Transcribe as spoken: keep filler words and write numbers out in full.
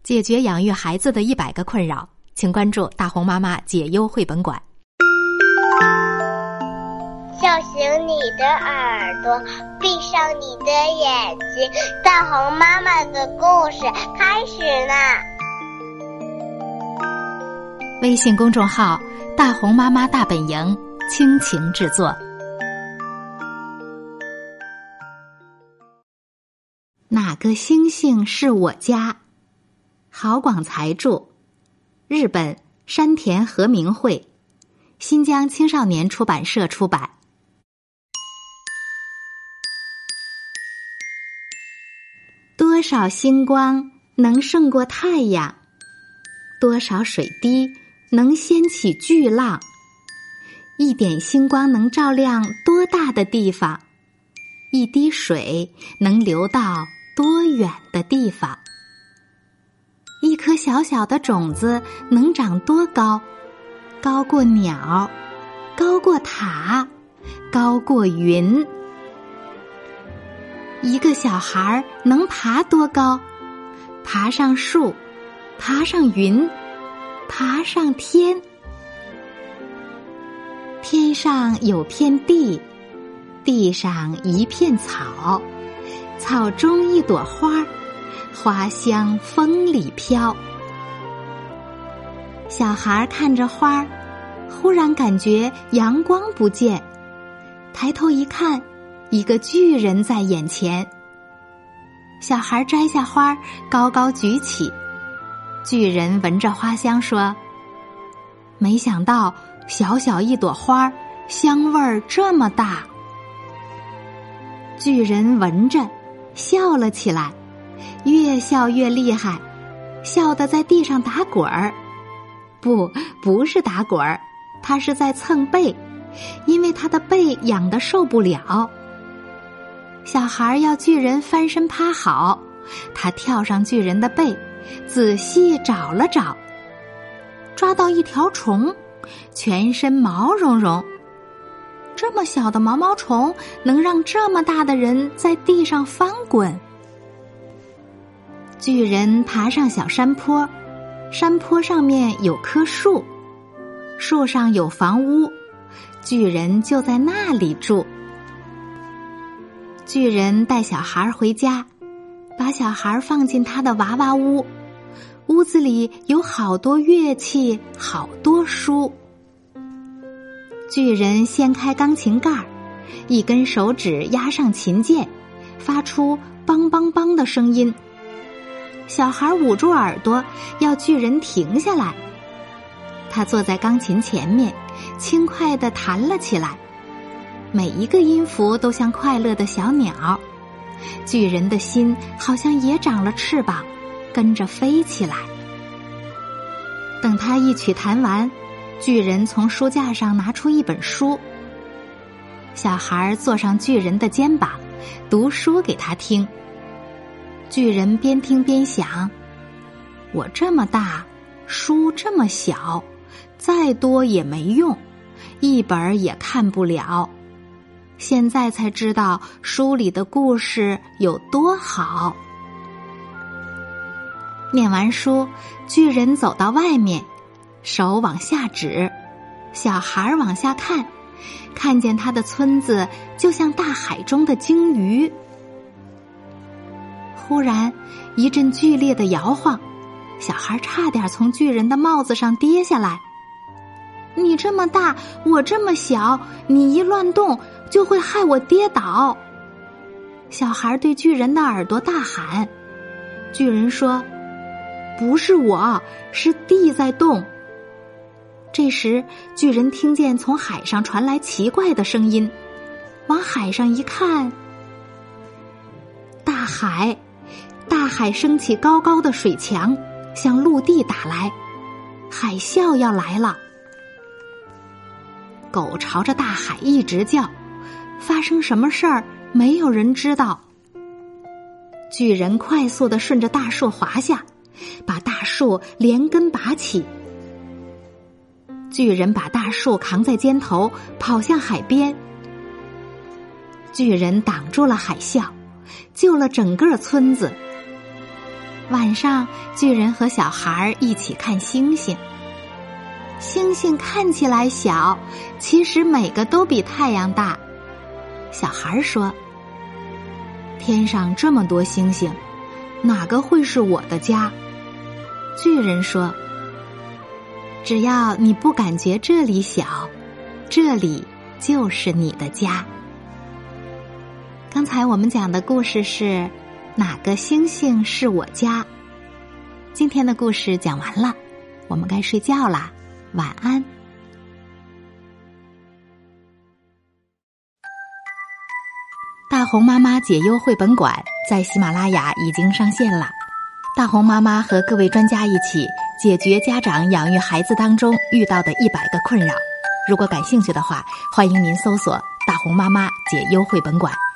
解决养育孩子的一百个困扰，请关注大红妈妈解忧绘本馆。 叫醒你的耳朵，闭上你的眼睛，大红妈妈的故事开始啦！ 微信公众号大红妈妈大本营，倾情制作。哪个星星是我家？郝广才著，日本山田和明绘，新疆青少年出版社出版。多少星光能胜过太阳？多少水滴能掀起巨浪？一点星光能照亮多大的地方？一滴水能流到多远的地方？一颗小小的种子能长多高？高过鸟，高过塔，高过云。一个小孩能爬多高？爬上树，爬上云，爬上天。天上有片地，地上一片草，草中一朵花，花香风里飘。小孩看着花，忽然感觉阳光不见，抬头一看，一个巨人在眼前。小孩摘下花，高高举起。巨人闻着花香说：没想到小小一朵花，香味儿这么大。巨人闻着笑了起来，越笑越厉害，笑得在地上打滚儿。不，不是打滚儿，他是在蹭背，因为他的背痒得受不了。小孩要巨人翻身趴好，他跳上巨人的背，仔细找了找，抓到一条虫，全身毛茸茸。这么小的毛毛虫能让这么大的人在地上翻滚。巨人爬上小山坡，山坡上面有棵树，树上有房屋，巨人就在那里住。巨人带小孩回家，把小孩放进他的娃娃屋，屋子里有好多乐器，好多书。巨人掀开钢琴盖儿，一根手指压上琴键，发出梆梆梆的声音。小孩捂住耳朵，要巨人停下来。他坐在钢琴前面，轻快地弹了起来，每一个音符都像快乐的小鸟。巨人的心好像也长了翅膀，跟着飞起来。等他一曲弹完，巨人从书架上拿出一本书。小孩坐上巨人的肩膀，读书给他听。巨人边听边想：我这么大，书这么小，再多也没用，一本也看不了。现在才知道书里的故事有多好。念完书，巨人走到外面，手往下指，小孩往下看，看见他的村子就像大海中的鲸鱼。忽然一阵剧烈的摇晃，小孩差点从巨人的帽子上跌下来。你这么大，我这么小，你一乱动就会害我跌倒。小孩对巨人的耳朵大喊。巨人说：不是我，是地在动。这时巨人听见从海上传来奇怪的声音，往海上一看，大海大海升起高高的水墙，向陆地打来，海啸要来了。狗朝着大海一直叫，发生什么事儿没有人知道。巨人快速地顺着大树滑下，把大树连根拔起。巨人把大树扛在肩头，跑向海边。巨人挡住了海啸，救了整个村子。 晚上，巨人和小孩一起看星星。星星看起来小，其实每个都比太阳大。小孩说：“天上这么多星星，哪个会是我的家？”巨人说：“只要你不感觉这里小，这里就是你的家。”刚才我们讲的故事是哪个星星是我家？今天的故事讲完了，我们该睡觉啦，晚安。大红妈妈解忧绘本馆在喜马拉雅已经上线了，大红妈妈和各位专家一起解决家长养育孩子当中遇到的一百个困扰。如果感兴趣的话，欢迎您搜索大红妈妈解忧绘本馆。